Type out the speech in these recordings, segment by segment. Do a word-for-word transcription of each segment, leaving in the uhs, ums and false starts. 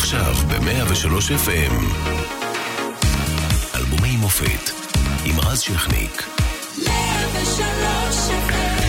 עכשיו ב-מאה ושלוש אף אם. אלבומי מופת עם רז שכניק. מאה ושלוש אף אם.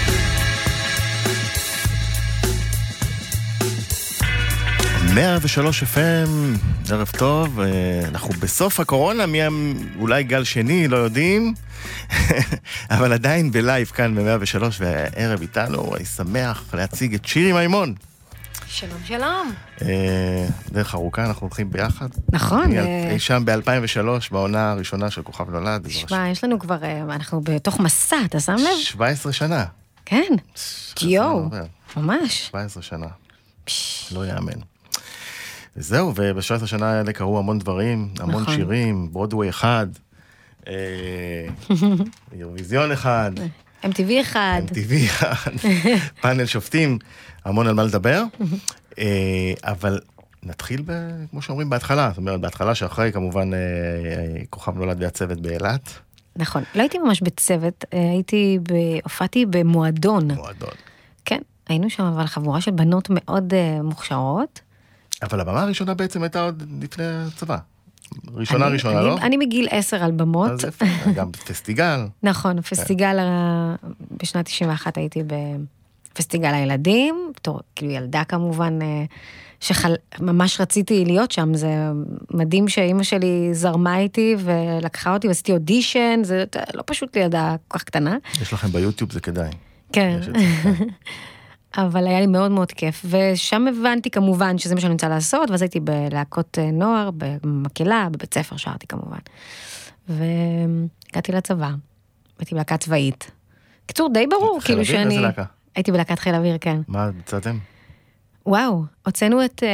מאה ושלוש אף אם, ערב טוב, אנחנו בסוף הקורונה, מי אולי גל שני, לא יודעים, אבל עדיין בלייב כאן ב-מאה ושלוש, והערב איתנו, אני שמח להציג את שירי מימון. שלום, שלום. דרך ארוכה, אנחנו הולכים ביחד. נכון. אי שם ב-אלפיים ושלוש, בעונה הראשונה של כוכב נולד. תשמע, יש לנו כבר, אנחנו בתוך מסע, אתה שם לב? שבע עשרה שנה. כן, יואו, ממש. שבע עשרה שנה. לא יאמן. וזהו, וב-שבע עשרה שנה האלה קרו המון דברים, המון נכון. שירים, ברודווי אחד, אה, אירוויזיון אחד, אם טי וי אחד, אם טי וי אחד, פאנל שופטים, המון על מה לדבר, אה, אבל נתחיל, ב, כמו שאומרים, בהתחלה, זאת אומרת, בהתחלה שאחרי, כמובן, אה, כוכב נולד והצוות באילת. נכון, לא הייתי ממש בצוות, הייתי, הופעתי במועדון. מועדון. כן, היינו שם אבל חבורה של בנות מאוד uh, מוכשרות. אבל הבמה הראשונה בעצם הייתה עוד לפני הצבא. ראשונה אני, ראשונה, אני, לא? אני מגיל עשר על במות. אז איפה? גם פסטיגל. נכון, פסטיגל, בשנת תשעים ואחת הייתי בפסטיגל הילדים, בתור, כאילו ילדה כמובן, שממש רציתי להיות שם, זה מדהים שאימא שלי זרמה איתי ולקחה אותי ועשיתי אודישן, זה לא פשוט לידה כל כך קטנה. יש לכם ביוטיוב, זה כדאי. כן. אבל היה לי מאוד מאוד כיף, ושם הבנתי כמובן שזה מה שאני רוצה לעשות, ואז הייתי בלהקות נוער, במקהלה, בבית ספר שרתי כמובן. והגעתי לצבא, הייתי בלהקה צבאית. קיצור, די ברור, כאילו שאני... איזה להקה? הייתי בלהקת חיל אוויר, כן. מה ביצעתם? וואו, הוצאנו את...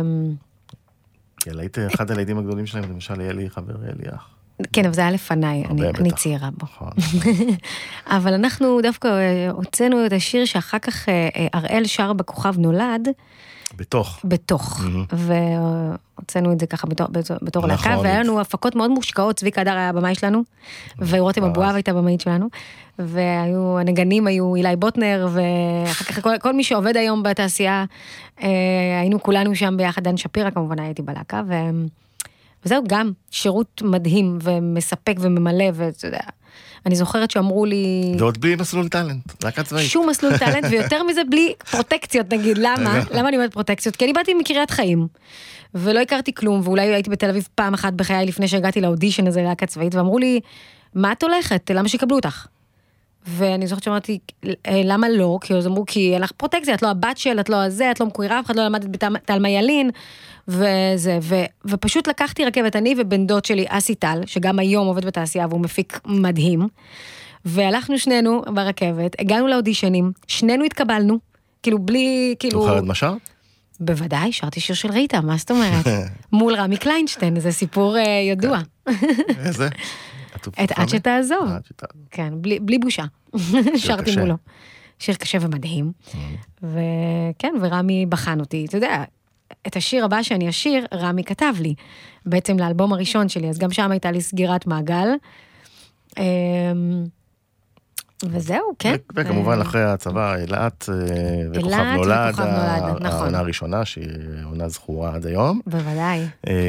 כן, היית אחד הילדים הגדולים שלהם, למשל, היה לי חבר, היה לי אח. כן, אבל זה היה לפניי, אני, אני צעירה בו. אבל אנחנו דווקא הוצאנו את השיר שאחר כך אראל שר בכוכב נולד. בתוך. בתוך. והוצאנו את זה ככה בתור, בתור להקה, והיה לנו הפקות מאוד מושקעות, צביקה הדר היה הבמאי שלנו, ורותם אבואב הייתה הבמאית שלנו, והיו, הנגנים היו אילי בוטנר, ואחר כך כל, כל מי שעובד היום בתעשייה, היינו כולנו שם ביחד, דן שפירה כמובן הייתי בלהקה, ו... וזהו גם שירות מדהים ומספק וממלא, ואתה יודע, אני זוכרת שאמרו לי... ועוד בלי מסלול טלנט, להקה צבאית. שום מסלול טלנט, ויותר מזה בלי פרוטקציות, נגיד, למה? למה אני אומרת פרוטקציות? כי אני באתי מקריית חיים, ולא הכרתי כלום, ואולי הייתי בתל אביב פעם אחת בחיי לפני שהגעתי לאודישן הזה להקה צבאית, ואמרו לי, מה את הולכת? למה שיקבלו אותך? ואני זוכרת שאמרתי, למה לא? כי אז אמרו, כי אין לך פרוטקציה, את לא הבת של, את לא הזה, את לא מקוירה, אף אחד לא למדת בתלמה ילין, וזה, ו, ופשוט לקחתי רכבת, אני ובן דוד שלי, אסי טל, שגם היום עובד בתעשייה, והוא מפיק מדהים, והלכנו שנינו ברכבת, הגענו לאודישנים, שנינו התקבלנו, כאילו בלי, כאילו... זוכרת מה שר? בוודאי, שרתי שיר של ריטה, מה זאת אומרת? מול רמי קליינשטיין, זה סיפור ידוע. איזה? את עד שתעזוב. כן, בלי בושה. שרתי מולו. שיר קשה ומדהים. וכן, ורמי בחן אותי. אתה יודע, את השיר הבא שאני אשיר, רמי כתב לי. בעצם לאלבום הראשון שלי, אז גם שם הייתה לי סגירת מעגל. וזהו, כן. וכמובן אחרי הצבא, אילת וכוכב נולד, העונה הראשונה, שהיא עונה זכורה עד היום. בוודאי.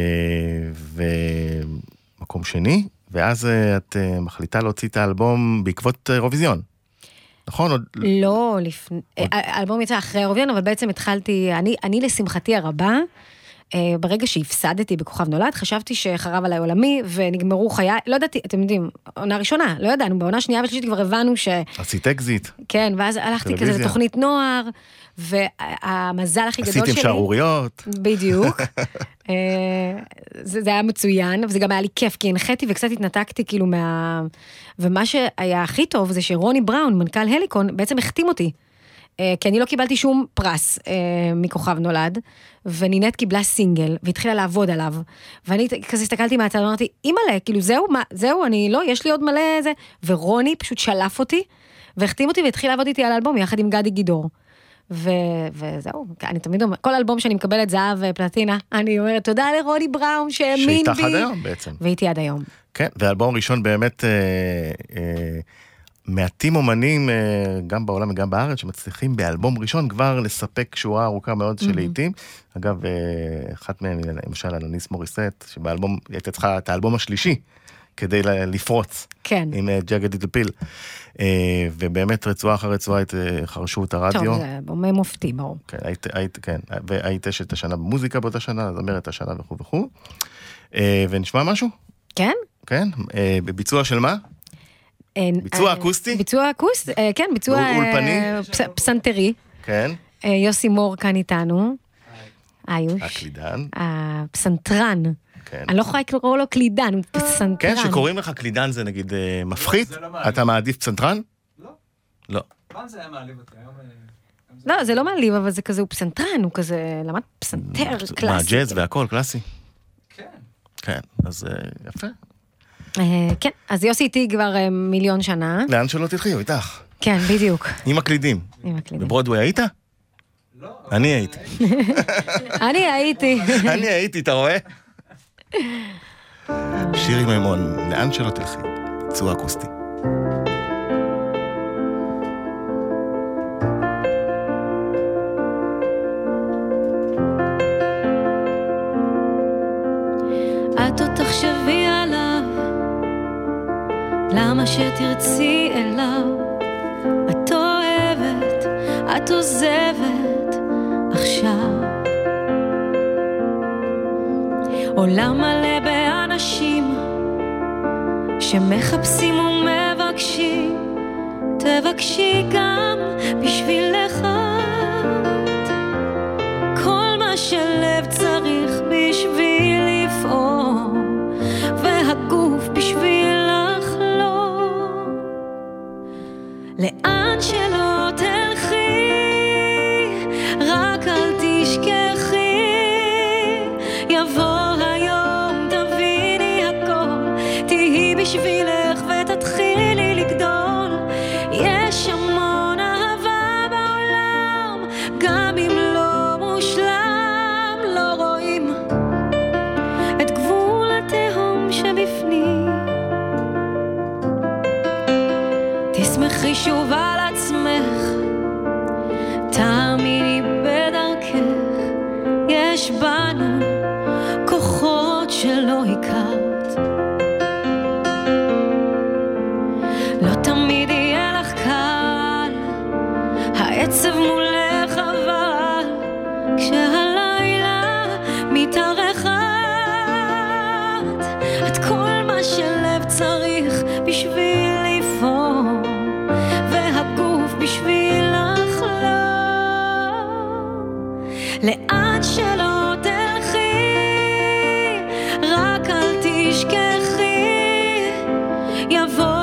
ומקום שני, ואז את מחליטה להוציא את האלבום בעקבות אירוויזיון. נכון? לא, האלבום יצא אחרי אירוויזיון, אבל בעצם התחלתי, אני לשמחתי הרבה, ברגע שהפסדתי בכוכב נולד, חשבתי שחרב עליי עולמי, ונגמרו חיי, לא ידעתי, אתם יודעים, עונה ראשונה, לא ידענו, בעונה שנייה ושלישית כבר הבנו ש... עשית אקזיט. כן, ואז הלכתי כזה לתוכנית נוער, והמזל הכי גדול שלי... עשיתם שערוריות. בדיוק. זה, זה היה מצוין, וזה גם היה לי כיף, כי הנחיתי וקצת התנתקתי כאילו מה... ומה שהיה הכי טוב זה שרוני בראון, מנכ"ל הליקון, בעצם החתים אותי. כי אני לא קיבלתי שום פרס מכוכב נולד, ונינט קיבלה סינגל, והתחילה לעבוד עליו, ואני כזה הסתכלתי מהצד, ואמרתי, אימא'לה, כאילו זהו, מה, זהו, אני לא, יש לי עוד מלא זה, ורוני פשוט שלף אותי, והחתים אותי, והתחיל לעבוד איתי על האלבום, יחד עם גדי גידור. ו... וזהו, אני תמיד אומרת, כל אלבום שאני מקבלת זהב ופלטינה, אני אומרת, תודה לרוני בראון שהאמין בי. שאיתך עד היום בעצם. והייתי עד היום. כן, והאלבום הראשון באמת... אה, אה, מעטים אומנים, גם בעולם וגם בארץ, שמצליחים באלבום ראשון כבר לספק שורה ארוכה מאוד של לעיתים. אגב, אחת מהם, למשל, אלניס מוריסט, שבאלבום, הייתה צריכה את האלבום השלישי, כדי לפרוץ. כן. עם ג'אגד איט פיל. ובאמת רצועה אחר רצועה חרשו את הרדיו. טוב, זה אלבום מופתי, ברור. כן, כן. והיית אשת השנה במוזיקה באותה שנה, זמרת השנה וכו' וכו'. ונשמע משהו? כן. כן. בביצוע של מה? ביצוע אקוסטי? ביצוע אקוסטי, כן, ביצוע פסנתרי. כן. יוסי מור כאן איתנו. איוש. הקלידן. הפסנתרן. אני לא יכולה לקרוא לו קלידן, הוא פסנתרן. כן, שקוראים לך קלידן זה נגיד מפחית? אתה מעדיף פסנתרן? לא. לא. פעם זה היה מעליב אותי, היום... לא, זה לא מעליב, אבל זה כזה, הוא פסנתרן, הוא כזה, למד פסנתר קלאסי. מה, ג'אז והכל, קלאסי? כן. כן, אז יפה. כן, אז יוסי איתי כבר מיליון שנה. לאן שלא תלכי, איתך. כן, בדיוק. עם הקלידים. עם הקלידים. בברודווי היית? לא. אני הייתי. אני הייתי. אני הייתי, אתה רואה? שירי מימון, לאן שלא תלכי, ביצוע אקוסטי. את עוד תחשבי עליו, למה שתרצי אליו, את אוהבת, את עוזבת עכשיו. עולם מלא באנשים שמחפשים ומבקשים, תבקשי גם בשבילך כל מה שלב צריך בשביל לפעול, והגוף בשביל לחלום. לאן שלא תלכי, רק אל תשכחי, יבוא בשבילך ותתחילי לגדול. יש המון אהבה בעולם, גם אם לא מושלם, לא רואים את גבול התהום שבפנים. תשמחי שוב על עצמך, תאמיני בדרכך, יש בנו כוחות שלא הכרת. לא תמיד יהיה לך קל, העצב מולך אבל, כשהלילה מתארחת, את כל מה שלב צריך בשביל לפעול, והגוף בשביל לחלום. לאן שלא תלכי, רק אל תשכחי, יבוא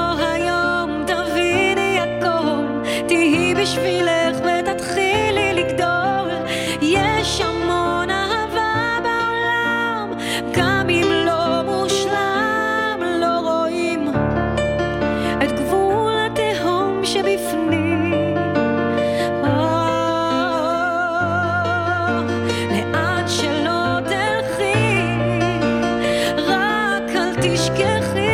בשבילך ותתחילי לגדול. יש המון אהבה בעולם, גם אם לא מושלם, לא רואים את גבול התהום שבפנים. לאן שלא תלכי, רק אל תשכחי,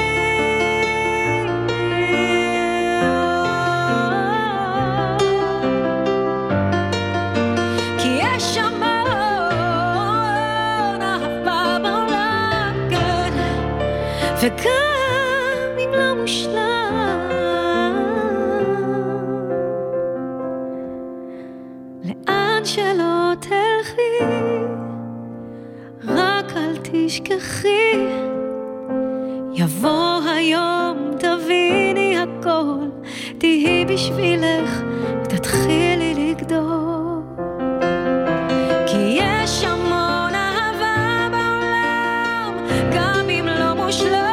וגם אם לא מושלם, לאן שלא תלכי, רק אל תשכחי, יבוא היום תביני הכל, תהי בשבילך ותתחילי לגדול. כי יש המון אהבה בעולם, גם אם לא מושלם,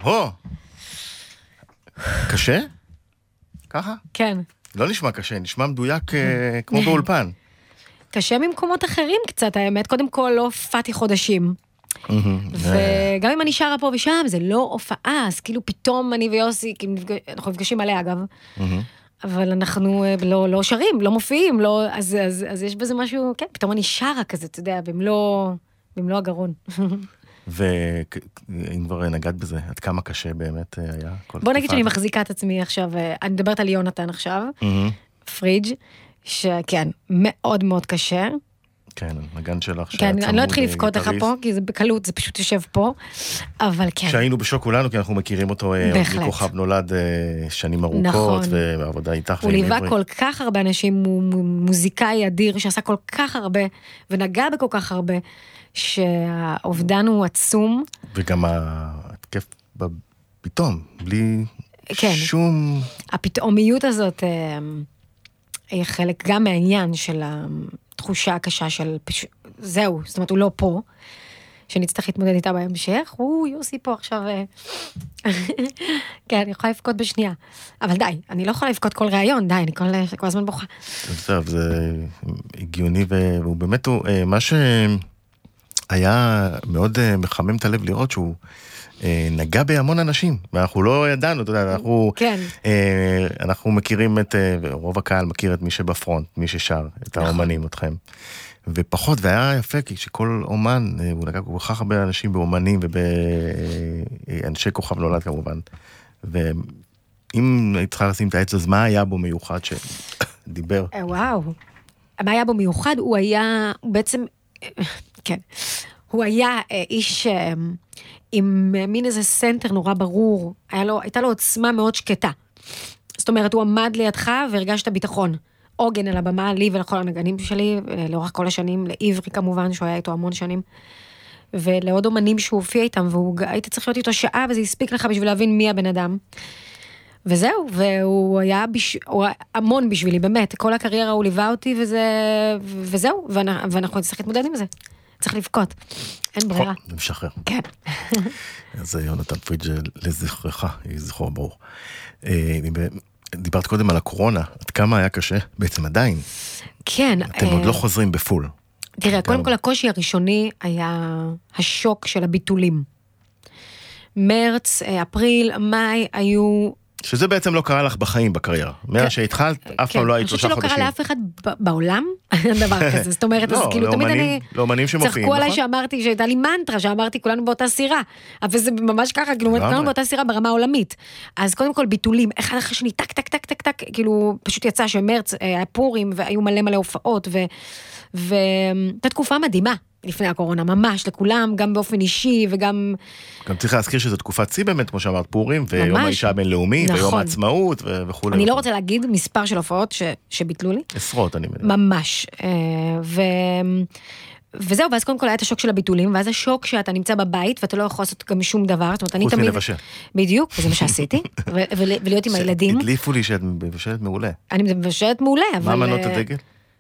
הו! קשה? ככה? כן. לא נשמע קשה, נשמע מדויק כמו באולפן. קשה ממקומות אחרים קצת, האמת. קודם כל, לא הופעתי חודשים. וגם אם אני שרה פה ושם, זה לא הופעה, אז כאילו פתאום אני ויוסי, אנחנו נפגשים עליה אגב, אבל אנחנו לא, לא שרים, לא מופיעים, לא, אז, אז, אז יש בזה משהו, כן, פתאום אני שרה כזה, אתה יודע, במלוא, במלוא הגרון. ואם כבר נגעת בזה, עד כמה קשה באמת היה? בוא נגיד שאני מחזיקה את עצמי עכשיו, אני מדברת על יונתן עכשיו, פריג', שכן, מאוד מאוד קשה. כן, הגן שלך. כן, אני לא אתחיל לבכות לך פה, כי זה בקלות, זה פשוט יושב פה, אבל כן. שהיינו בשוק כולנו, כי אנחנו מכירים אותו מכוכב נולד שנים ארוכות, ועבודה איתך. הוא ליווה כל כך הרבה אנשים, הוא מוזיקאי אדיר, שעשה כל כך הרבה, ונגע בכל כך הרבה, שהאובדן הוא עצום. וגם התקף פתאום, בלי שום... הפתאומיות הזאת היא חלק גם מהעניין של התחושה הקשה של זהו, זאת אומרת הוא לא פה, שנצטרך להתמודד איתה בהמשך, הוא יוסי פה עכשיו, כן, אני יכולה לפקוד בשנייה, אבל די, אני לא יכולה לפקוד כל ראיון, די, אני כל, כל הזמן בוכה. טוב, זה הגיוני, והוא באמת, הוא, מה שהיה מאוד מחמם את הלב לראות שהוא נגע בהמון אנשים, ואנחנו לא ידענו, אתה יודע, אנחנו, כן. אנחנו מכירים את, רוב הקהל מכיר את מי שבפרונט, מי ששר, את האומנים, אתכם. ופחות, והיה יפה, כי שכל אומן, הוא נגע כל כך הרבה אנשים באומנים, ובאנשי כוכב נולד כמובן. ואם היית צריכה לשים את העץ, אז מה היה בו מיוחד שדיבר? וואו. מה היה בו מיוחד? הוא היה, הוא בעצם, כן, הוא היה איש עם מין איזה סנטר נורא ברור, היה לו, הייתה לו עוצמה מאוד שקטה. זאת אומרת, הוא עמד לידך והרגשת ביטחון. עוגן על הבמה, לי ולכל הנגנים שלי, לאורך כל השנים, לעברי כמובן, שהוא היה איתו המון שנים, ולעוד אומנים שהוא הופיע איתם, והיית צריך להיות איתו שעה, וזה הספיק לך בשביל להבין מי הבן אדם. וזהו, והוא היה, בש... הוא היה המון בשבילי, באמת, כל הקריירה הוא ליווה אותי, וזה... וזהו, ואנחנו, ואנחנו נצטרך להתמודד עם זה. צריך לבכות, אין ברירה. זה משחרר. כן. אז יונתן פריג' לזכרך, יהי זכרו ברור. דיברת קודם על הקורונה, עד כמה היה קשה? בעצם עדיין. כן. אתם עוד לא חוזרים בפול. תראה, קודם כל הקושי הראשוני היה השוק של הביטולים. מרץ, אפריל, מאי היו... שזה בעצם לא קרה לך בחיים בקריירה. מאז שהתחלת, אף פעם לא היית שלושה חודשים. אני חושבת שלא קרה לאף אחד בעולם, דבר כזה. זאת אומרת, אז כאילו תמיד אני... לא, אומנים שמופיעים, נכון? צחקו עליי שאמרתי, שהייתה לי מנטרה, שאמרתי כולנו באותה סירה. אבל זה ממש ככה, כאילו, כולנו באותה סירה ברמה העולמית. אז קודם כל ביטולים, אחד אחרי שני, טק, טק, טק, טק, טק, כאילו, פשוט יצא שמרץ, היה פורים, והיו מלא מלא הופעות, והייתה תקופה מדהימה. לפני הקורונה, ממש, לכולם, גם באופן אישי, וגם... גם צריך להזכיר שזו תקופת צי באמת, כמו שאמרת, פורים, ויום האישה הבינלאומי, נכון. ויום העצמאות, וכו'. אני לא רוצה להגיד מספר של הופעות ש... שביטלו לי. עשרות, אני מבין. ממש. ו... וזהו, ואז קודם כל היה את השוק של הביטולים, ואז השוק שאתה נמצא בבית, ואתה לא יכול לעשות גם שום דבר, זאת אומרת, אני תמיד... חוץ מלבשל. בדיוק, וזה מה שעשיתי, ו... ולהיות עם הילדים. הדליפו לי שאת מבשלת מעולה. אני מבשלת מעולה, אבל... מה מנות הדגל?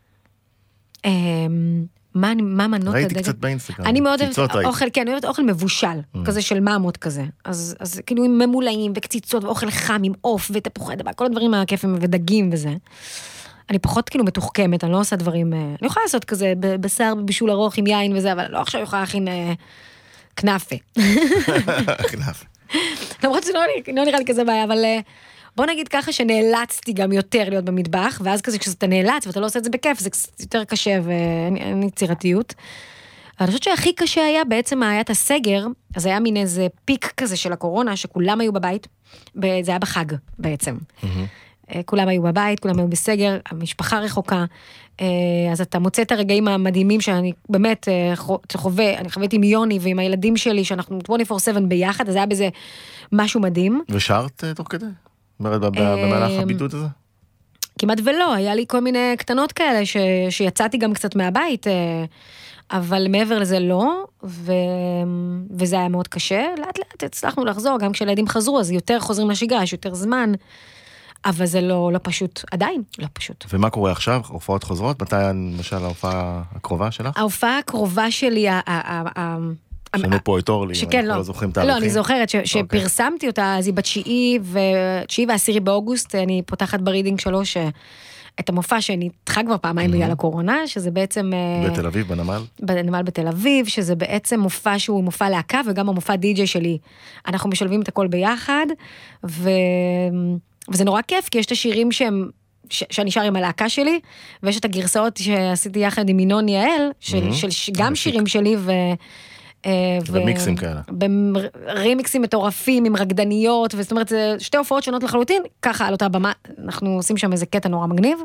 מה, מה מנות ראיתי הדגל? קצת באינסטגרם. אני מאוד אוהבת אוכל, כן, אני אוהבת אוכל מבושל, mm. כזה של מאמות כזה. אז, אז כאילו עם ממולאים וקציצות ואוכל חם עם עוף ותפוחי דבר, כל הדברים הכיפים ודגים וזה. אני פחות כאילו מתוחכמת, אני לא עושה דברים, אני יכולה לעשות כזה בשר בבישול ארוך עם יין וזה, אבל לא עכשיו יכולה להכין כנאפה. כנאפה. למרות שלא לא נראה לי כזה בעיה, אבל... בוא נגיד ככה שנאלצתי גם יותר להיות במטבח, ואז כזה כשאתה נאלץ ואתה לא עושה את זה בכיף, זה יותר קשה ואין יצירתיות. אבל אני חושבת שהכי קשה היה בעצם היה את הסגר, אז היה מין איזה פיק כזה של הקורונה, שכולם היו בבית, זה היה בחג בעצם. כולם היו בבית, כולם היו בסגר, המשפחה רחוקה, אז אתה מוצא את הרגעים המדהימים שאני באמת חווה, אני חוויתי עם יוני ועם הילדים שלי, שאנחנו עשרים וארבע שבע ביחד, אז היה בזה משהו מדהים. ושרת תוך כדי? אומרת, במהלך הבידוד הזה? כמעט ולא, היה לי כל מיני קטנות כאלה, ש, שיצאתי גם קצת מהבית, אבל מעבר לזה לא, ו, וזה היה מאוד קשה, לאט לאט הצלחנו לחזור, גם כשילדים חזרו, אז יותר חוזרים לשגרה, יש יותר זמן, אבל זה לא, לא פשוט, עדיין לא פשוט. ומה קורה עכשיו? הופעות חוזרות? מתי למשל ההופעה הקרובה שלך? ההופעה הקרובה שלי, ה, ה, ה, יש לנו פה את אורלי, שכן, לא. לא זוכרים תאריכים. לא, אני זוכרת ש, שפרסמתי אותה, אז היא בתשיעי, ותשיעי ועשירי באוגוסט, אני פותחת ברידינג שלוש, את המופע שנדחה כבר פעמיים בגלל הקורונה, שזה בעצם... בתל אביב, בנמל? בנמל בתל אביב, שזה בעצם מופע שהוא מופע להקה, וגם המופע די-ג'יי שלי. אנחנו משלבים את הכל ביחד, ו... וזה נורא כיף, כי יש את השירים שהם... ש... שאני שר עם הלהקה שלי, ויש את הגרסאות שעשיתי יחד עם ינון יעל, של, של... של... גם שירים שלי, ו... ומיקסים כאלה. ברימיקסים מטורפים, עם רקדניות, זאת אומרת, זה שתי הופעות שונות לחלוטין, ככה על אותה במה, אנחנו עושים שם איזה קטע נורא מגניב,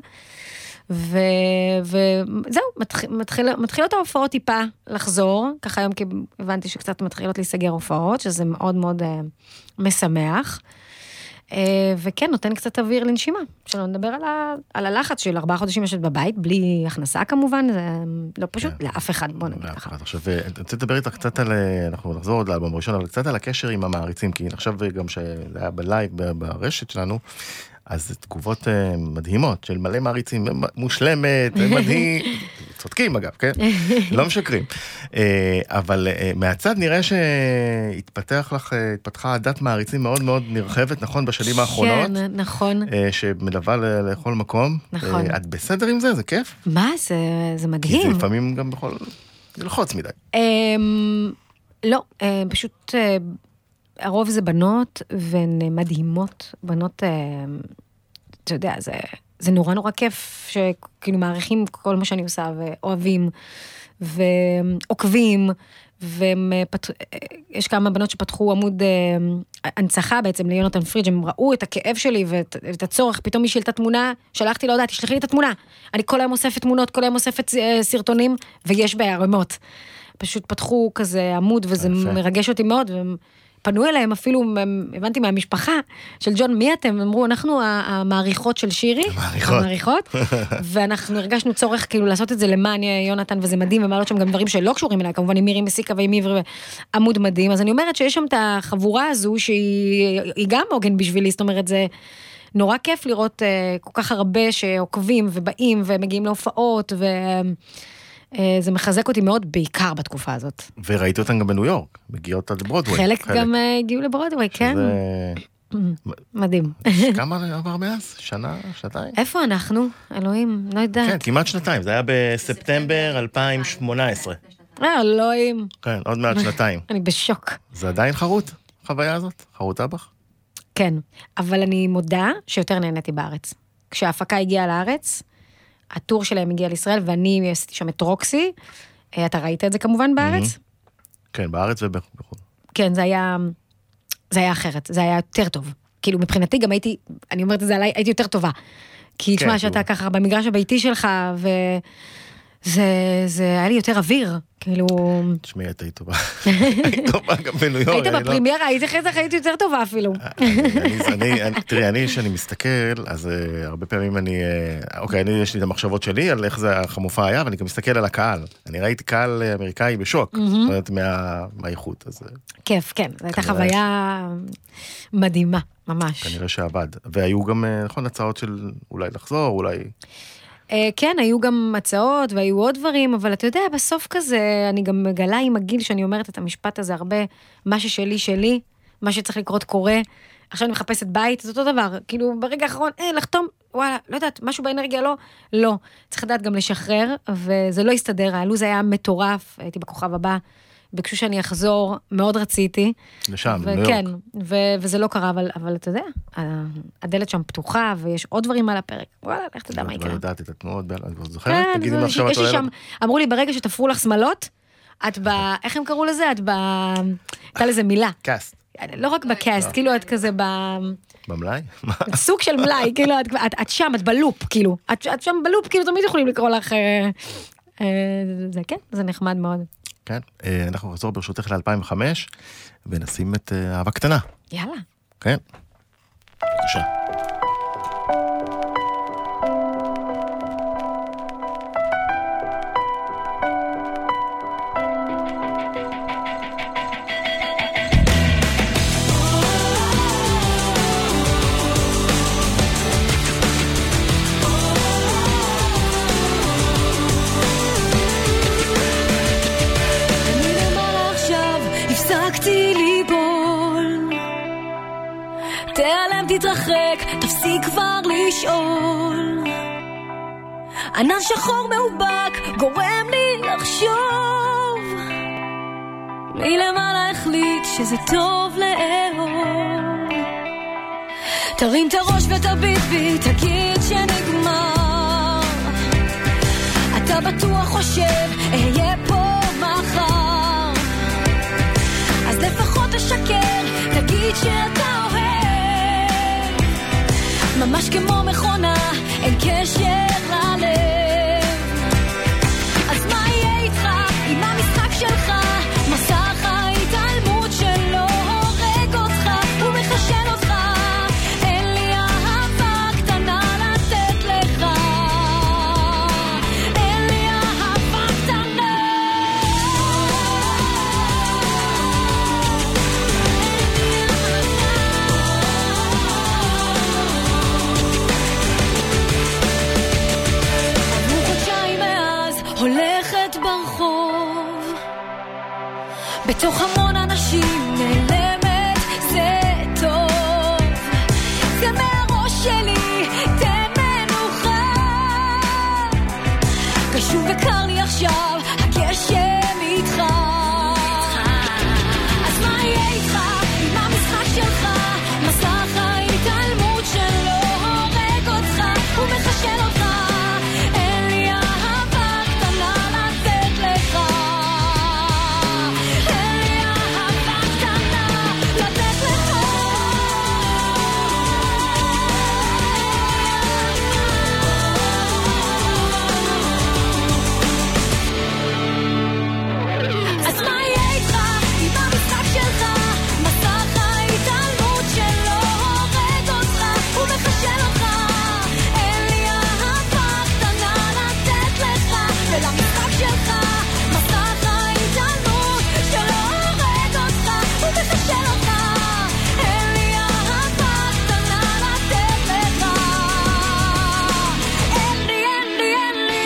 וזהו, מתחילות ההופעות טיפה לחזור, ככה היום כי הבנתי שקצת מתחילות להיסגר הופעות, שזה מאוד מאוד משמח, וכן, נותן קצת אוויר לנשימה, שלא נדבר על, ה, על הלחץ של ארבעה חודשים יושבת בבית, בלי הכנסה כמובן, זה לא פשוט, yeah. לאף אחד, בוא נגיד ככה. עכשיו, אני רוצה לדבר איתך קצת על, אנחנו נחזור עוד לאלבום ראשון, אבל קצת על הקשר עם המעריצים, כי עכשיו גם שזה היה בלייב, ברשת שלנו, אז תגובות מדהימות של מלא מעריצים, מושלמת, מדהים, צודקים אגב, כן? לא משקרים. אבל מהצד נראה שהתפתח לך, התפתחה עדת מעריצים מאוד מאוד נרחבת, נכון, בשנים האחרונות. כן, נכון. שמלווה לכל מקום. נכון. את בסדר עם זה? זה כיף? מה? זה, זה מדהים. כי זה לפעמים גם יכול ללחוץ מדי. לא, פשוט... הרוב זה בנות, והן מדהימות, בנות, אתה יודע, זה, זה נורא נורא כיף, שכאילו מעריכים כל מה שאני עושה, ואוהבים, ועוקבים, ויש כמה בנות שפתחו עמוד הנצחה בעצם ליונתן פריג', הם ראו את הכאב שלי, ואת, ואת הצורך, פתאום מישהי את התמונה, שלחתי לא יודעת, תשלחי לי את התמונה, אני כל היום אוספת תמונות, כל היום אוספת סרטונים, ויש בערימות. פשוט פתחו כזה עמוד, וזה מרגש אותי מאוד, והם... פנו אליהם אפילו, הבנתי מהמשפחה של ג'ון, מי אתם? אמרו, אנחנו המעריכות של שירי, המעריכות, ואנחנו הרגשנו צורך כאילו לעשות את זה למען יונתן, וזה מדהים, ומעלות שם גם דברים שלא קשורים אליי, כמובן עם מירי מסיקה ועם עברי, עמוד מדהים, אז אני אומרת שיש שם את החבורה הזו, שהיא גם עוגן בשבילי, זאת אומרת, זה נורא כיף לראות כל כך הרבה שעוקבים ובאים ומגיעים להופעות, ו... זה מחזק אותי מאוד, בעיקר בתקופה הזאת. וראיתי אותן גם בניו יורק, מגיעות עד ברודווי. חלק גם הגיעו לברודווי, כן. מדהים. כמה עבר מאז? שנה? שנתיים? איפה אנחנו? אלוהים, לא יודעת. כן, כמעט שנתיים, זה היה בספטמבר אלפיים שמונה עשרה. אה, אלוהים. כן, עוד מעט שנתיים. אני בשוק. זה עדיין חרוט, החוויה הזאת? חרוטה בך? כן, אבל אני מודה שיותר נהניתי בארץ. כשההפקה הגיעה לארץ, הטור שלהם הגיע לישראל, ואני עשיתי שם את רוקסי, אתה ראית את זה כמובן בארץ? כן, בארץ ובחו"ל. כן, זה היה, זה היה אחרת, זה היה יותר טוב. כאילו, מבחינתי גם הייתי, אני אומרת את זה עליי, הייתי יותר טובה. כי תשמע שאתה ככה במגרש הביתי שלך, וזה, זה היה לי יותר אוויר, כאילו... תשמעי, את היית טובה. היית טובה גם בניו יורק. היית בפרימיירה, הייתי חצח, הייתי יותר טובה אפילו. תראי, אני, שאני מסתכל, אז הרבה פעמים אני, אוקיי, אני, יש לי את המחשבות שלי, על איך זה המופע היה, ואני גם מסתכל על הקהל. אני ראיתי קהל אמריקאי בשוק, זאת אומרת, מהאיכות, אז... כיף, כן, זו הייתה חוויה מדהימה, ממש. כנראה שעבד. והיו גם, נכון, הצעות של אולי לחזור, אולי... כן, היו גם הצעות והיו עוד דברים, אבל אתה יודע, בסוף כזה, אני גם מגלה עם הגיל שאני אומרת את המשפט הזה הרבה, מה ששלי שלי, מה שצריך לקרות קורה, עכשיו אני מחפשת בית, זה אותו דבר, כאילו ברגע האחרון, אה, לחתום, וואלה, לא יודעת, משהו באנרגיה לא, לא, צריך לדעת גם לשחרר, וזה לא הסתדר, הלוז היה מטורף, הייתי בכוכב הבא, ביקשו שאני אחזור, מאוד רציתי. לשם, ניו יורק. כן, וזה לא קרה, אבל, אבל אתה יודע, הדלת שם פתוחה, ויש עוד דברים על הפרק. וואלה, איך תדע מה יקרה. לא יודעת את התנועות, אני כבר זוכרת, תגידי מה עכשיו את הולכת. אמרו לי, ברגע שתפרו לך שמלות, את ב... איך הם קראו לזה? את ב... הייתה לזה מילה. קאסט. לא רק בקאסט, כאילו את כזה ב... במלאי? סוג של מלאי, כאילו, את שם, את בלופ, כאילו. את שם בלופ, כאילו, תמיד יכולים לקרוא לך... זה כן, זה נחמד מאוד. כן, אנחנו נחזור ברשותך ל-אלפיים וחמש, ונשים את אהבה קטנה. יאללה. כן. בבקשה. תתרחק, תפסיק כבר לשאול. ענן שחור מאובק גורם לי לחשוב, מלמעלה החליט שזה טוב לאהוב. תרים את הראש ותביט בי, תגיד שנגמר. אתה בטוח חושב אהיה פה מחר, אז לפחות תשקר, תגיד שאתה אוהב. ממש כמו מכונה, אין קשר ללב. אז מה יהיה איתך עם המשחק שלך? מסך ההתעלמות שלו הורג אותך ומחשל אותך. אין לי אהבה קטנה לתת לך, אין לי אהבה קטנה. עברו חודשיים מאז, הולכת ברחוב בתוך המון אנשים, נעלמת, זה טוב. זה מהראש שלי, תן מנוחה. קשור וקר לי עכשיו, הגשם איתך. אז מה יהיה איתך עם המשחק שלך? מסך ההתעלמות שלו הורג אותך ומחשל אותך. אין לי אהבה קטנה לתת לך, אין לי אהבה קטנה לתת לך. אז מה יהיה איתך עם המשחק שלך? מסך ההתעלמות שלו הורג אותך ומחשל אותך. אין לי אהבה קטנה לתת לך, ולמשחק שלך מסך ההתעלמות שלו הורג אותך ומחשל אותך. אין לי אהבה קטנה לתת לך, אין לי, אין לי, אין לי.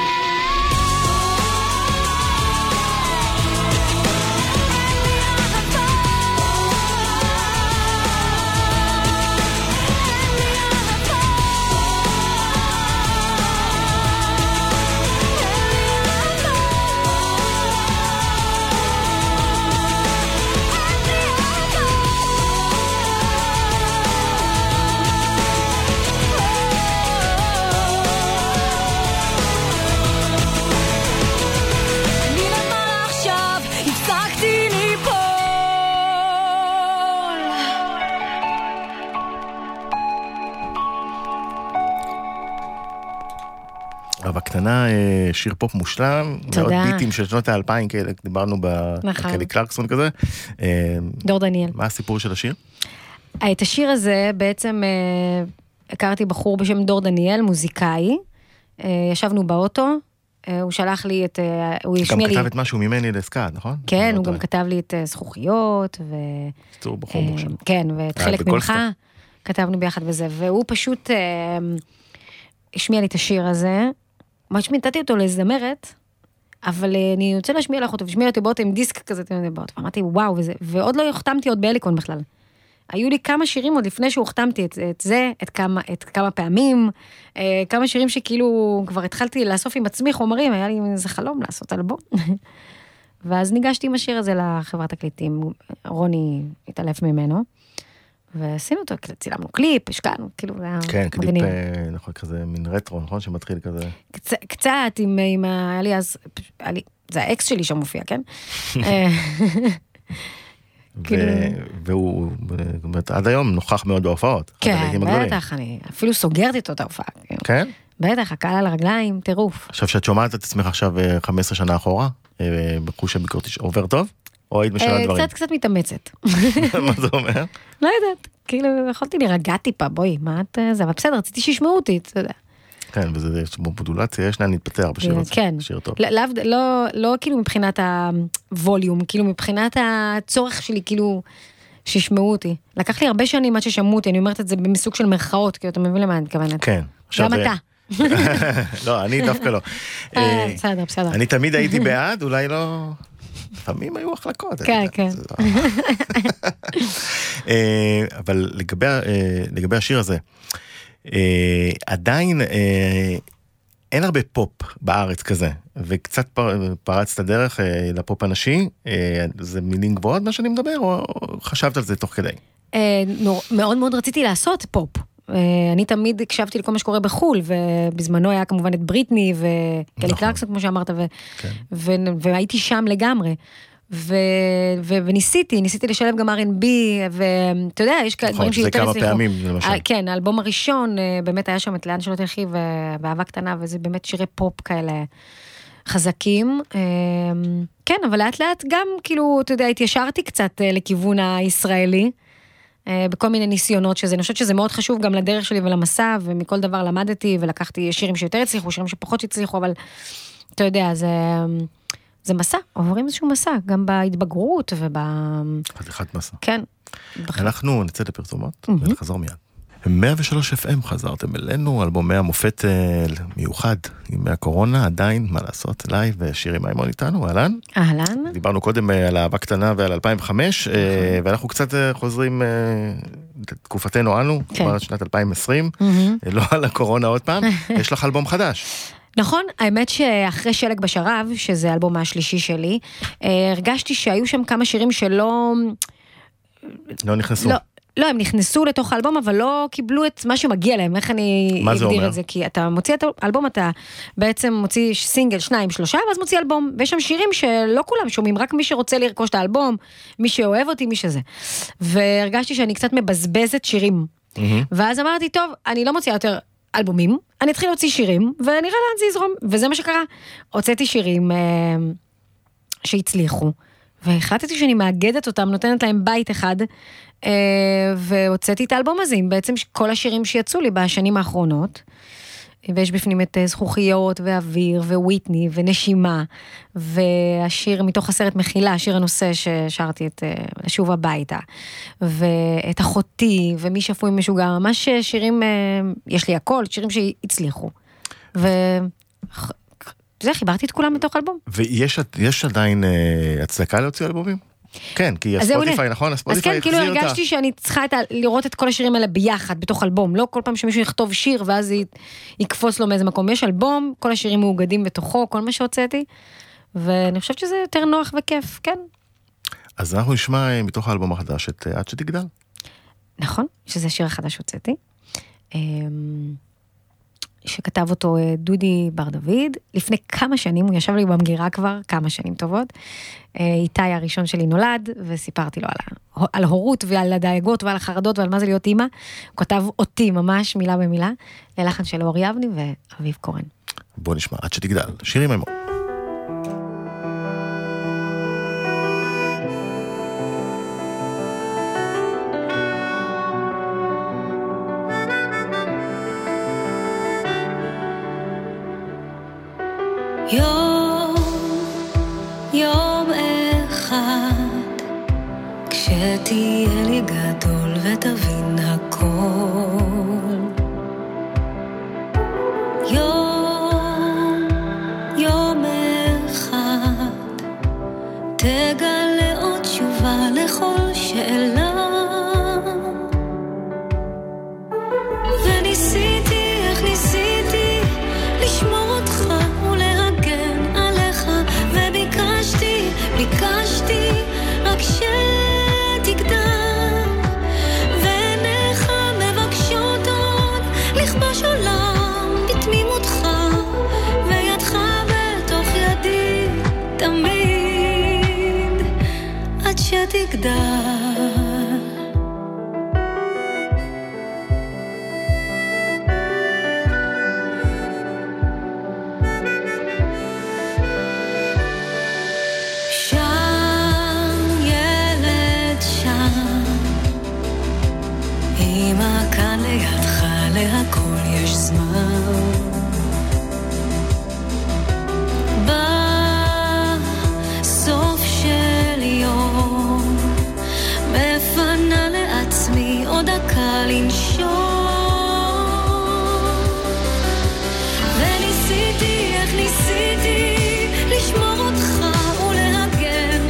מלמעלה עכשיו הפסקתי ליפול. אבל קטנה, אה, שיר פופ מושלם. תודה. מאוד ביטים של שנות האלפיים כאלה, דיברנו נכון. בקלי קלרקסון כזה. אה, דור דניאל. מה הסיפור של השיר? את השיר הזה בעצם אה, הכרתי בחור בשם דור דניאל, מוזיקאי. אה, ישבנו באוטו, אה, הוא שלח לי את... אה, הוא גם השמיע לי... כתב את משהו ממני לסקאט, נכון? כן, לא הוא טועה. גם כתב לי את אה, זכוכיות, ו... סטור בחור אה, מושלם. כן, ואת אה, חלק בגולדסטאר. ממך, כתבנו ביחד וזה, והוא פשוט אה, השמיע לי את השיר הזה, ממש נתתי אותו לזמרת, אבל אה, אני רוצה להשמיע לך אותו, ושמיע אותי באוטו עם דיסק כזה, באוטו, ואמרתי וואו, וזה, ועוד לא החתמתי עוד בהליקון בכלל. היו לי כמה שירים עוד לפני שהוחתמתי את, את זה, את כמה, את כמה פעמים, אה, כמה שירים שכאילו כבר התחלתי לאסוף עם עצמי חומרים, היה לי איזה חלום לעשות אלבום. ואז ניגשתי עם השיר הזה לחברת תקליטים, רוני התעלף ממנו, ועשינו אותו, צילמנו קליפ, השקענו, כאילו, זה היה כן, קליפ, מגניב. אה, נכון, כזה מין רטרו, נכון? שמתחיל כזה. קצ, קצת, עם, עם ה... היה לי אז, היה לי, זה האקס שלי שם מופיע, כן? אה, כאילו- ו- והוא, זאת אומרת, עד היום נוכח מאוד בהופעות. אחד כן, הלהיטים הגדולים. בטח, אני אפילו סוגרת איתו את ההופעה. כאילו. כן? בטח, הקהל על הרגליים, טירוף. עכשיו שאת שומעת את עצמך עכשיו אה, חמש עשרה שנה אחורה, אה, בחוש הביקורתי עובר טוב? או היית בשביל אה, הדברים? קצת, קצת מתאמצת. מה זה אומר? לא יודעת, כאילו, יכולתי להירגע טיפה, בואי, מה את זה? אבל בסדר, רציתי שישמעו אותי, אתה יודע. כן, וזה יש בו מודולציה, יש לאן להתפתח בשיר הזה. כן. שיר טוב. לא, לא, לא, לא כאילו מבחינת הווליום, כאילו מבחינת הצורך שלי, כאילו, שישמעו אותי. לקח לי הרבה שנים עד ששמעו אותי, אני אומרת את זה במסוג של מרכאות, כי אתה מבין למה אני מתכוונת. כן. גם עכשיו, אתה. לא, אני דווקא לא. אה, אה, בסדר, בסדר. אני תמיד הייתי בעד, אולי לא... לפעמים היו החלקות. כן, כן. אבל לגבי השיר הזה, עדיין אין הרבה פופ בארץ כזה, וקצת פרץ את הדרך לפופ הנשי, זה מילים גבוהות מה שאני מדבר, או חשבת על זה תוך כדי? מאוד מאוד רציתי לעשות פופ. אני תמיד הקשבתי לכל מה שקורה בחול, ובזמנו היה כמובן את בריטני וקלי קלרקסון, כמו שאמרת, והייתי שם לגמרי. וניסיתי, ניסיתי לשלב גם אר אנד בי, ואתה יודע, יש דברים שיותר הצליחו. זה כמה פעמים, למשל. כן, האלבום הראשון, באמת היה שם את לאן שלא תלכי, ואהבה קטנה, וזה באמת שירי פופ כאלה חזקים. כן, אבל לאט לאט גם, כאילו, אתה יודע, התיישרתי קצת לכיוון הישראלי, בכל מיני ניסיונות שזה, אני חושבת שזה מאוד חשוב גם לדרך שלי ולמסע, ומכל דבר למדתי, ולקחתי שירים שיותר הצליחו, שירים שפחות הצליחו, אבל אתה יודע, זה... זה מסע, עוברים איזשהו מסע, גם בהתבגרות וב... חתיכת מסע. כן. אנחנו נצא לפרסומות, ונחזור מיד. מאה ושלוש אף אם חזרתם אלינו, אלבומי המופת מיוחד, ימי הקורונה, עדיין, מה לעשות, לייב, ושירי מימון איתנו, אהלן? אהלן. דיברנו קודם על אהבה קטנה ועל אלפיים וחמש, ואנחנו קצת חוזרים לתקופתנו אנו, כבר שנת אלפיים ועשרים, לא על הקורונה עוד פעם, יש לך אלבום חדש. נכון, האמת שאחרי שלג בשרב, שזה האלבום השלישי שלי, הרגשתי שהיו שם כמה שירים שלא... לא נכנסו. לא, לא, הם נכנסו לתוך האלבום, אבל לא קיבלו את מה שמגיע להם, איך אני אגדיר את זה, כי אתה מוציא את האלבום, אתה בעצם מוציא סינגל, שניים, שלושה, ואז מוציא אלבום, ויש שם שירים שלא כולם שומעים, רק מי שרוצה לרכוש את האלבום, מי שאוהב אותי, מי שזה. והרגשתי שאני קצת מבזבזת שירים. ואז אמרתי, טוב, אני לא מוציאה יותר אלבומים, אני אתחיל להוציא שירים, ונראה לאן זה יזרום, וזה מה שקרה. הוצאתי שירים אה, שהצליחו, והחלטתי שאני מאגדת אותם, נותנת להם בית אחד, אה, והוצאתי את האלבום הזה, עם בעצם כל השירים שיצאו לי בשנים האחרונות, ויש בפנים את זכוכיות, ואוויר, וויטני, ונשימה, והשיר מתוך הסרט מחילה, השיר הנושא ששרתי את לשוב הביתה, ואת אחותי, ומי שפוי משוגע, ממש שירים, יש לי הכל, שירים שהצליחו. וזה, חיברתי את כולם בתוך אלבום. ויש עדיין הצדקה להוציא אלבומים? כן, כי הספוטיפיי, נכון? הספוטיפיי אז כן, כאילו הרגשתי שאני צריכה לראות את כל השירים האלה ביחד, בתוך אלבום, לא כל פעם שמישהו יכתוב שיר, ואז יקפוץ לו מאיזה מקום. יש אלבום, כל השירים מאוגדים בתוכו, כל מה שהוצאתי, ואני חושבת שזה יותר נוח וכיף, כן. אז אנחנו נשמע מתוך האלבום החדש את עד שתגדל. נכון, שזה השיר החדש שהוצאתי. שכתב אותו דודי בר דוד, לפני כמה שנים, הוא ישב לי במגירה כבר, כמה שנים טובות, איתי הראשון שלי נולד, וסיפרתי לו על, על הורות ועל הדאגות ועל החרדות ועל מה זה להיות אימא, הוא כתב אותי ממש מילה במילה, ללחן של אור יבני ואביב קורן. בוא נשמע, עד שתגדל, שירי מימון. יום, יום אחד, כשתהיה לי גדול ותבין הכל. יום, יום אחד, תגלה עוד תשובה לכל שאלה. וניסיתי, איך ניסיתי, לשמור אותך ביקשתי רק שתגדל, ועיניך מבקשות עוד לכבוש עולם בתמימותך, וידך בתוך ידי תמיד עד שתגדל. להכל יש זמן, בסוף של יום מפנה לעצמי עוד דקה לנשום, וניסיתי, איך ניסיתי לשמור אותך ולהגן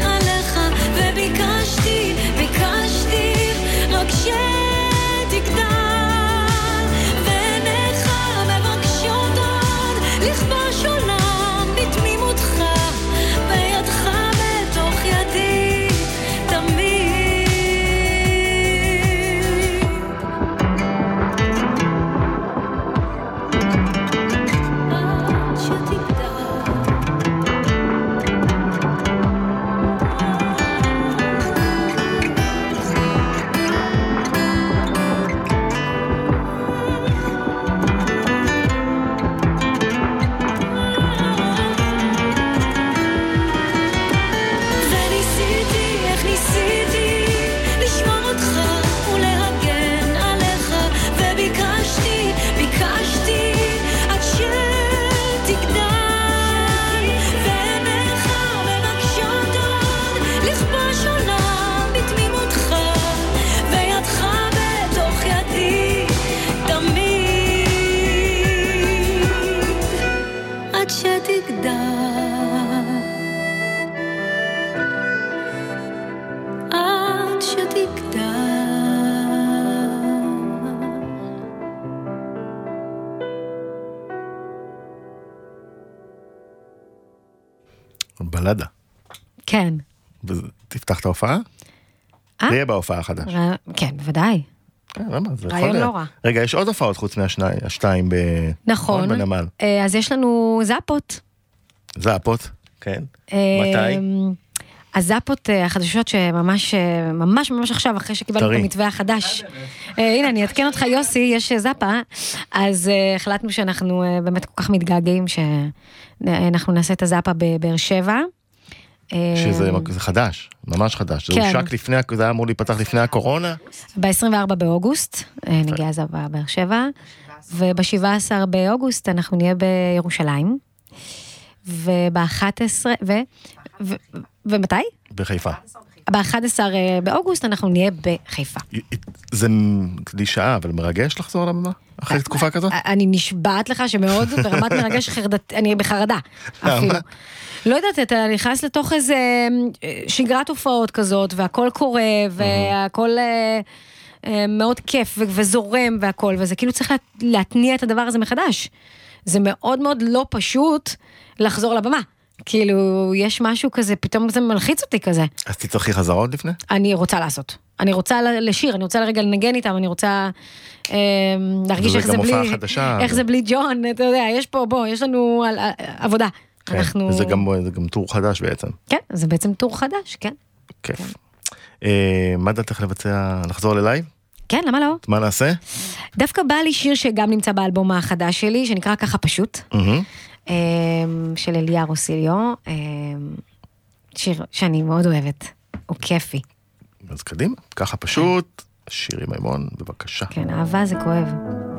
בלדה. כן. תפתח את ההופעה? אה? תהיה בהופעה החדש. ר- כן, בוודאי. כן, למה? זה רעיון יכול- לא רע. רגע, יש עוד הופעות חוץ מהשתיים ב... נכון. בנמל. אה, אז יש לנו זאפות. זאפות, כן. אה, מתי? הזאפות אה, החדשות שממש, אה, ממש ממש עכשיו, אחרי שקיבלנו את טרי. המתווה החדש. אה, הנה, אני אתקן אותך, יוסי, יש אה, זאפה, אז אה, החלטנו שאנחנו אה, באמת כל כך מתגעגעים, שאנחנו נעשה את הזאפה בבאר שבע. אה, שזה זה חדש, ממש חדש. זה כן. הושק לפני, זה היה אמור להיפתח לפני הקורונה. ב-עשרים וארבעה באוגוסט, אה, נגיע זאפה בבאר שבע, וב-שבעה עשר באוגוסט אנחנו נהיה בירושלים, וב-אחת עשרה, ו... ו... ומתי? בחיפה. ב-אחד עשר באוגוסט אנחנו נהיה בחיפה. זה קלישאה, אבל מרגש לחזור לבמה? אחרי תקופה כזאת? אני נשבעת לך שמאוד ברמת מרגש חרדת, אני בחרדה אפילו. לא יודעת, אתה נכנס לתוך איזה שגרת הופעות כזאת, והכל קורה, והכל אה, אה, מאוד כיף וזורם והכל, וזה כאילו צריך להתניע את הדבר הזה מחדש. זה מאוד מאוד לא פשוט לחזור לבמה. כאילו, יש משהו כזה, פתאום זה מלחיץ אותי כזה. אז תצטרכי חזרות לפני? אני רוצה לעשות. אני רוצה לשיר, אני רוצה לרגע לנגן איתם, אני רוצה אה, להרגיש איך וזה זה גם בלי, הופעה חדשה. איך זה בלי ג'ון, אתה יודע, יש פה, בוא, יש לנו על, על, עבודה. כן, אנחנו... זה גם, זה גם טור חדש בעצם. כן, זה בעצם טור חדש, כן. כיף. אה, מה דעתך לבצע, לחזור ללייב? כן, למה לא? מה נעשה? דווקא בא לי שיר שגם נמצא באלבום החדש שלי, שנקרא ככה פשוט, מהמם. אה, של אליה רוסיליו, אה, שיר שאני מאוד אוהבת, הוא כיפי. אז קדימה, ככה פשוט, שירי מימון, בבקשה. כן, אהבה זה כואב.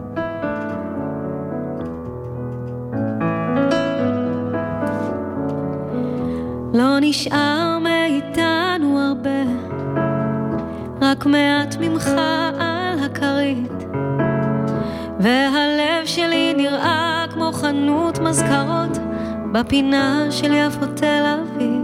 לא נשאר מאיתנו הרבה, רק מעט ממך על הכרית, והלב שלי נראה כמו חנות מזכרות בפינה של יפו תל אביב.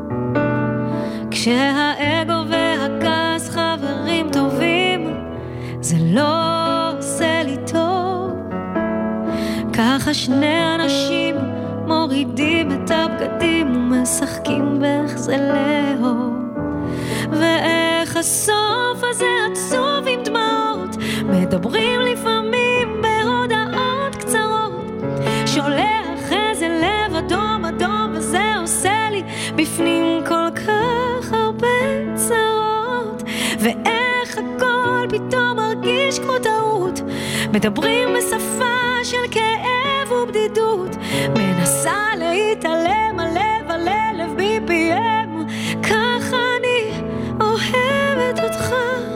כשהאגו והכעס חברים טובים, זה לא עושה לי טוב. ככה שני אנשים מורידים את הבגדים ומשחקים באיך זה לאהוב, ואיך הסוף הזה עצוב עם דמעות, מדברים לפעמים בהודעות קצרות, שולח איזה לב אדום אדום, וזה עושה לי בפנים כל כך הרבה צרות, ואיך הכל פתאום מרגיש כמו טעות, מדברים בשפה של כאב ובדידות, מנסה להתעלם הלב על אלף בי פי אם, ככה אני אוהבת אותך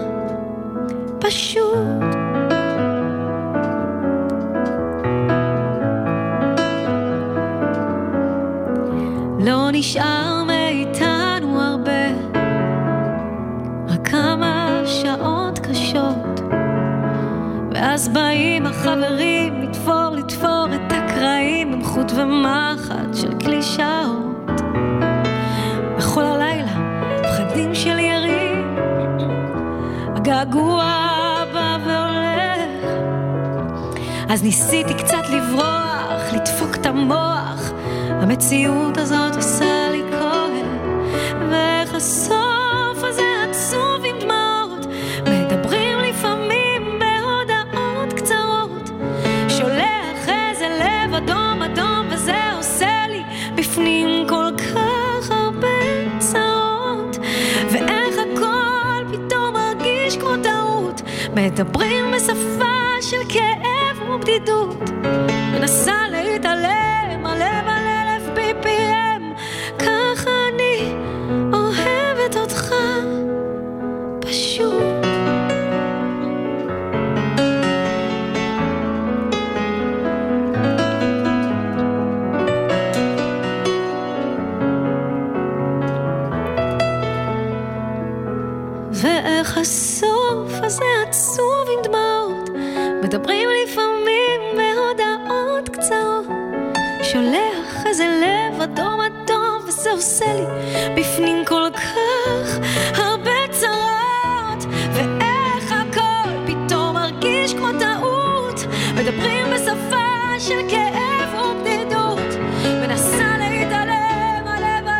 פשוט. לא נשאר מאיתנו הרבה, רק כמה שעות קשות, ואז באים החברים לתפור לתפור את הקרעים עם חוט ומחט של קלישאות, בכל הלילה פחדים של ירים, הגעגוע בא והולך, אז ניסיתי קצת לברוח, לדפוק את המוח, המציאות הזאת עושה לי כואב, ואיך הסוף הזה עצוב עם דמעות, מדברים לפעמים בהודעות קצרות, שולח איזה לב אדום אדום, וזה עושה לי בפנים כל כך הרבה צרות, ואיך הכל פתאום מרגיש כמו טעות, מדברים בשפה של כאב ובדידות, מנסה להתעלם הלב על אלף בי פי אם, ככה אני אוהבת אותך פשוט. ואיך הסוף הזה עצוב עם דמעות, מדברים לפעמים בהודעות קצרות, שולח איזה לב אדום אדום, וזה עושה לי בפנים כל כך הרבה צרות, ואיך הכל פתאום מרגיש כמו טעות, מדברים בשפה של כאב ובדידות, מנסה להתעלם הלב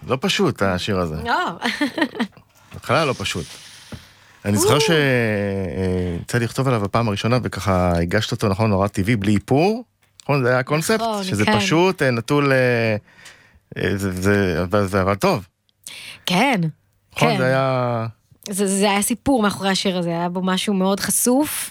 לא פשוט, השיר הזה. לא. בכלל לא פשוט. אני זוכר שיצא לי לכתוב עליו בפעם הראשונה, וככה הגשת אותו, נכון, נורא טבעי, בלי איפור. נכון, זה היה הקונספט, נכון, שזה כן. פשוט נטול, זה עבד טוב. כן. נכון, כן. זה היה... זה, זה היה סיפור מאחורי השיר הזה, היה בו משהו מאוד חשוף,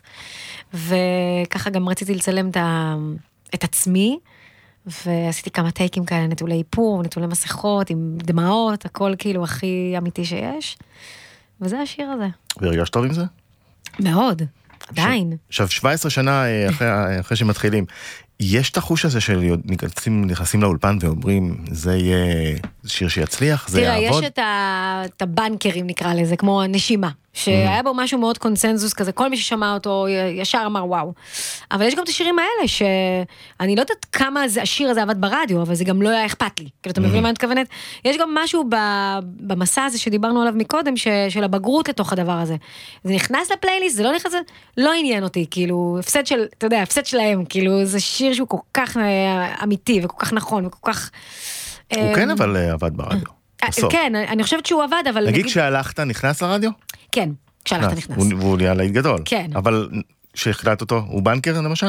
וככה גם רציתי לצלם את, ה, את עצמי, ועשיתי כמה טייקים כאלה, נטולי איפור, נטולי מסכות, עם דמעות, הכל כאילו הכי אמיתי שיש, וזה השיר הזה. והרגש טוב עם זה? מאוד, עדיין. עכשיו, שבע עשרה שנה אחרי, אחרי שמתחילים, יש את החוש הזה של נכנסים, נכנסים לאולפן ואומרים, זה יהיה שיר שיצליח, זה תראה, יעבוד? יש את, ה... את הבנקרים נקרא לזה, כמו הנשימה, שהיה בו משהו מאוד קונסנזוס כזה, כל מי ששמע אותו ישר אמר וואו. אבל יש גם את השירים האלה, שאני לא יודעת כמה זה, השיר הזה עבד ברדיו, אבל זה גם לא היה אכפת לי. כאילו, אתה מבין מה אני מתכוונת? יש גם משהו ב... במסע הזה שדיברנו עליו מקודם, ש... של הבגרות לתוך הדבר הזה. זה נכנס לפלייליסט, זה לא נכנס, לא עניין אותי, כאילו, הפסד של, אתה יודע, הפסד שלהם, כאילו, זה שיר שהוא כל כך אמיתי, וכל כך נכון, וכל כך... הוא כן אבל עבד ברדיו. כן, אני חושבת שהוא עבד, אבל... נגיד שהלכת, נכנס לרדיו? כן, כשהלכת נכנס. והוא נהיה להיט גדול. כן. אבל שהחלטת אותו, הוא בנקר למשל?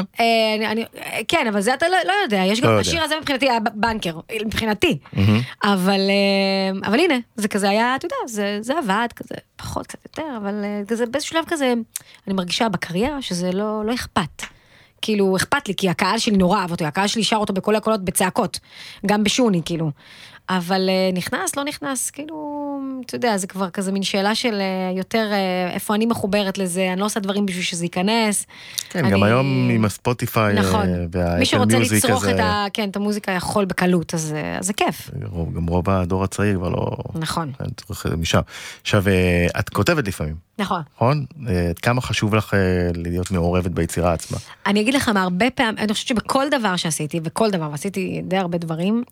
כן, אבל זה אתה לא יודע, יש גם השיר הזה מבחינתי היה בנקר, מבחינתי. אבל הנה, זה כזה היה, אתה יודע, זה עבד כזה, פחות קצת יותר, אבל באיזשהו שלב כזה, אני מרגישה בקריירה שזה לא אכפת. כאילו, אכפת לי, כי הקהל שלי נורא אהב אותו, הקהל שלי שר אותו בכל הקולות בצעקות, גם בשוני, כאילו. אבל נכנס, לא נכנס, כאילו, אתה יודע, זה כבר כזה מין שאלה של יותר, איפה אני מחוברת לזה, אני לא עושה דברים בשביל שזה ייכנס. כן, אני... גם היום עם הספוטיפיי נכון. והאפל מי שרוצה מיוזיק לצרוך הזה... את, ה... כן, את המוזיקה יכול בקלות, אז זה כיף. גם רוב הדור הצעיר כבר לא... נכון. אני צריך משם. עכשיו, את כותבת לפעמים. נכון. נכון? כמה חשוב לך להיות מעורבת ביצירה עצמה? אני אגיד לך מהרבה פעמים, אני חושבת שבכל דבר שעשיתי, וכל דבר, ועשיתי די הרבה דברים,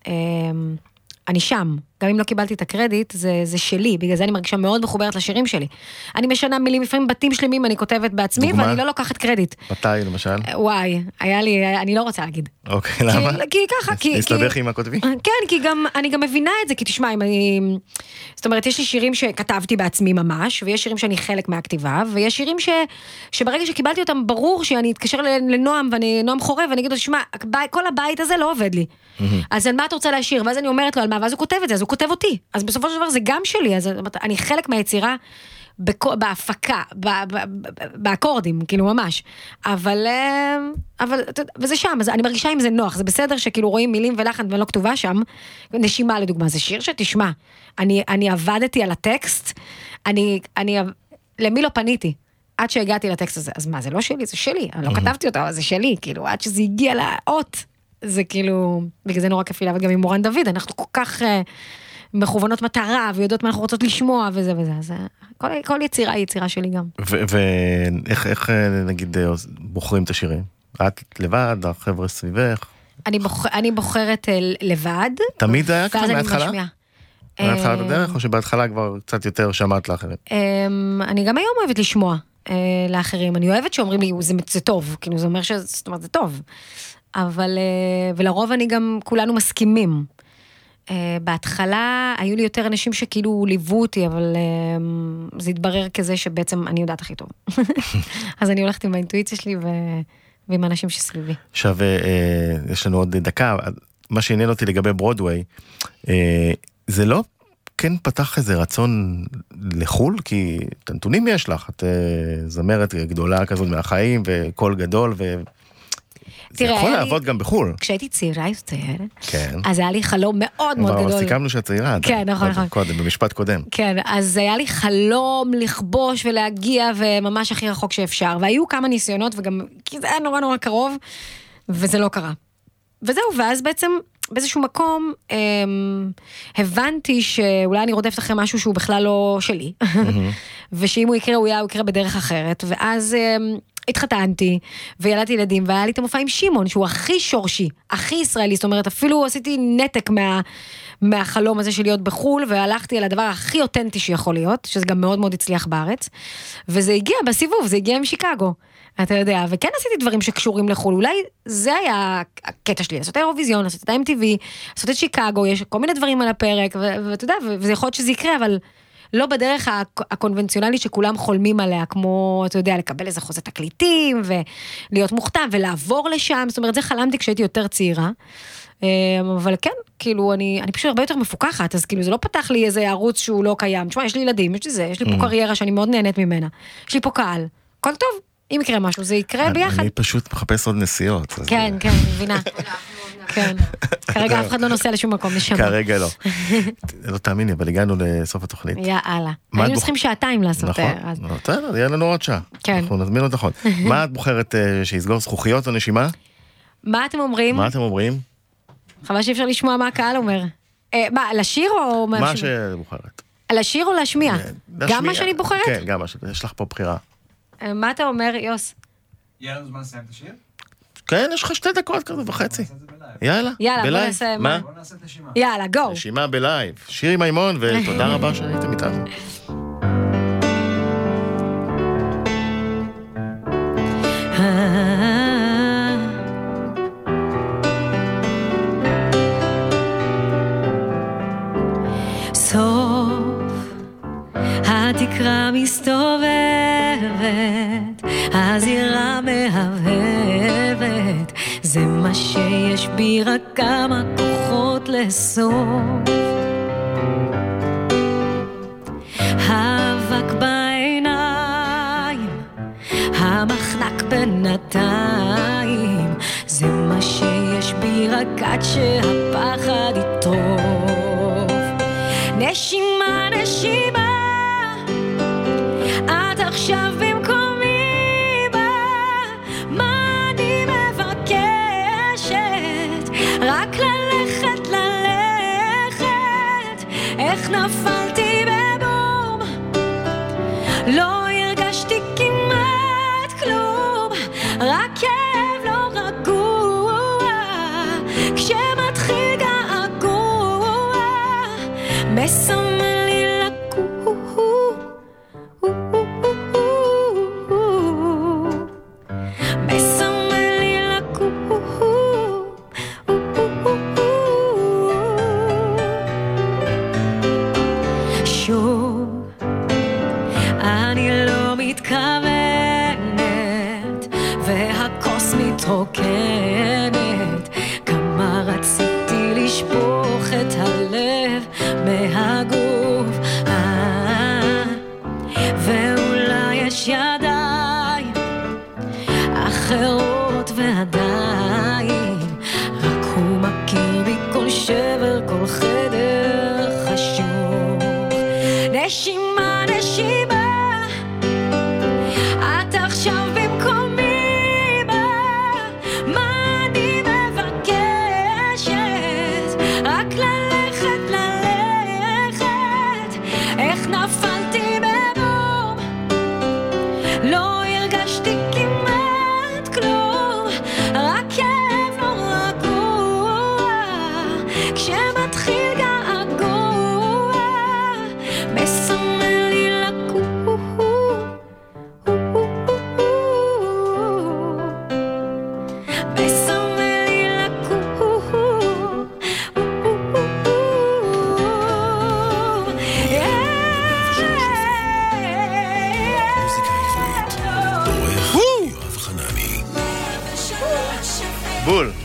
אני שם, גם אם לא קיבלתי את הקרדיט, זה, זה שלי, בגלל זה אני מרגישה מאוד מחוברת לשירים שלי. אני משנה מילים, לפעמים בתים שלמים אני כותבת בעצמי, דוגמה? ואני לא לוקחת קרדיט. מתי למשל? וואי, היה לי, אני לא רוצה להגיד. אוקיי, למה? כי, כי ככה, כי... להסתבך עם הכותבי? כן, כי גם, אני גם מבינה את זה, כי תשמע, אם אני... זאת אומרת, יש לי שירים שכתבתי בעצמי ממש, ויש שירים שאני חלק מהכתיבה, ויש שירים ש, שברגע שקיבלתי אותם, ברור שאני אתקשר לנועם, ואני נועם חורב, ואני אגיד לו, תשמע, כל הבית הזה לא עובד לי. אז על מה אתה רוצה להשאיר? ואז אני אומרת לו על מה, ואז הוא כותב את זה, אז הוא כותב אותי. אז בסופו של דבר זה גם שלי, אז אני חלק מהיצירה בהפקה, באקורדים, כאילו ממש. אבל, אבל, וזה שם, אז אני מרגישה אם זה נוח, זה בסדר שכאילו רואים מילים ולחן ולא כתובה שם, נשימה לדוגמה, זה שיר שתשמע, אני, אני עבדתי על הטקסט, אני, אני, למי לא פניתי? עד שהגעתי לטקסט הזה, אז מה, זה לא שלי, זה שלי, אני לא כתבתי אותו, אבל זה שלי, כאילו, עד שזה הגיע לאות, זה כאילו, בגלל זה נורא כיף לי לעבוד גם עם מורן דוד, אנחנו כל כך uh, מכוונות מטרה, ויודעות מה אנחנו רוצות לשמוע, וזה וזה, אז כל, כל יצירה היא יצירה שלי גם. ואיך, איך, נגיד, בוחרים את השירים? את לבד, החבר'ה סביבך? אני, בוח, אני בוחרת uh, לבד. תמיד היה ככה מההתחלה? מההתחלת uh, הדרך, או שבהתחלה כבר קצת יותר שמעת לאחרים? Uh, אני גם היום אוהבת לשמוע uh, לאחרים, אני אוהבת שאומרים לי, זה, זה טוב, כאילו זה אומר שזה, זאת אומרת, זה טוב. אבל, ולרוב אני גם, כולנו מסכימים. בהתחלה, היו לי יותר אנשים שכאילו ליוו אותי, אבל זה התברר כזה שבעצם אני יודעת הכי טוב. אז אני הולכת עם האינטואיציה שלי ועם האנשים שסביבי. עכשיו, יש לנו עוד דקה, מה שעניין אותי לגבי ברודווי, זה לא כן פתח איזה רצון לחול, כי את הנתונים יש לך, את זמרת גדולה כזאת מהחיים, וקול גדול, ו... זה יכול לעבוד גם בחול. כשהייתי צעירה יותר, אז היה לי חלום מאוד מאוד גדול. אבל סיכמנו שאת צעירה. כן, נכון, נכון. קודם, במשפט קודם. כן, אז היה לי חלום לכבוש ולהגיע, וממש הכי רחוק שאפשר. והיו כמה ניסיונות, וגם, כי זה היה נורא נורא קרוב, וזה לא קרה. וזהו, ואז בעצם, באיזשהו מקום, הבנתי שאולי אני רודפת אחרי משהו שהוא בכלל לא שלי. ושאם הוא יקרה, הוא יקרה בדרך אחרת. ואז... התחתנתי, וילדתי ילדים, והיה לי את המופע עם שימון, שהוא הכי שורשי, הכי ישראלי, זאת אומרת, אפילו עשיתי נתק מה, מהחלום הזה של להיות בחול, והלכתי על הדבר הכי אותנטי שיכול להיות, שזה גם מאוד מאוד הצליח בארץ, וזה הגיע בסיבוב, זה הגיע עם שיקגו, אתה יודע, וכן עשיתי דברים שקשורים לחול, אולי זה היה הקטע שלי, לעשות האירוויזיון, לעשות את ה-אם טי וי, לעשות את שיקגו, יש כל מיני דברים על הפרק, ואתה יודע, וזה יכול להיות שזה יקרה, אבל לא בדרך הקונבנציונלית שכולם חולמים עליה, כמו, אתה יודע, לקבל איזה חוזה תקליטים, ולהיות מוכתב, ולעבור לשם, זאת אומרת, זה חלמתי כשהייתי יותר צעירה, אבל כן, כאילו, אני, אני פשוט הרבה יותר מפוקחת, אז כאילו, זה לא פתח לי איזה ערוץ שהוא לא קיים, תשמע, יש לי ילדים, יש לי זה, יש לי פה קריירה שאני מאוד נהנית ממנה, יש לי פה קהל, הכל טוב, אם יקרה משהו, זה יקרה ביחד. אני פשוט מחפש עוד נסיעות. כן, כן, אני מבינה. כן. כרגע אף אחד לא נוסע לשום מקום, נשמע. כרגע לא. לא תאמיני, אבל הגענו לסוף התוכנית. יאללה. היינו צריכים שעתיים לעשות. נכון. בסדר, יהיה לנו עוד שעה. כן. אנחנו נזמין עוד נכון. מה את בוחרת שיסגור זכוכיות או נשימה? מה אתם אומרים? מה אתם אומרים? חבל שאפשר לשמוע מה הקהל אומר. מה, לשיר או... מה שבוחרת. לשיר או להשמיע? גם מה שאני בוחרת? כן, גם מה ש... יש לך פה בחירה. מה אתה אומר, יוס? יהיה לנו זמן לסיים את השיר? כן, יש לך שתי דקות כזה וחצי. יאללה, יאללה, בלייב. בוא נעשה... מה? בוא נעשה את נשימה. יאללה, גו. נשימה בלייב. שירי מימון, ותודה רבה שהייתם איתנו. סוף התקרה מסתובבת, הזירה מהבהבת, זה מה שיש בי, רק כמה כוחות לסוף. האבק בעיניים, המחנק בינתיים, זה מה שיש בי, רק עד שהפחד יטרוף. נשימה, נשימה, את עכשיו במקומי בה, מה אני מבקשת? רק ללכת, ללכת, איך נפלתי בבום, לא הרגשתי כמעט כלום, רק כאב לא רגוע, כשמתחיל געגוע, מסמל לי לקום, מסמל לי לקום. שוב אני לא מתכוונת, והכוס מתרוקנת, כמה רציתי לשפוך את הלב מהגוף, אה, ואולי יש ידיים אחרות ועדיין, רק הוא מכיר בי כל שבר, כל חדר חשוך. נשימה, נשימה, את עכשיו במקומי בה, מה אני מבקשת? רק ללכת, ללכת, איך נפלתי בבום, לא הרגשתי כמעט כלום, רק כאב לא רגוע, כשמתחיל געגוע, מסמל לי לקום, מסמל לי לקום, מוזיקה עברית, עורך יואב חנני. בול.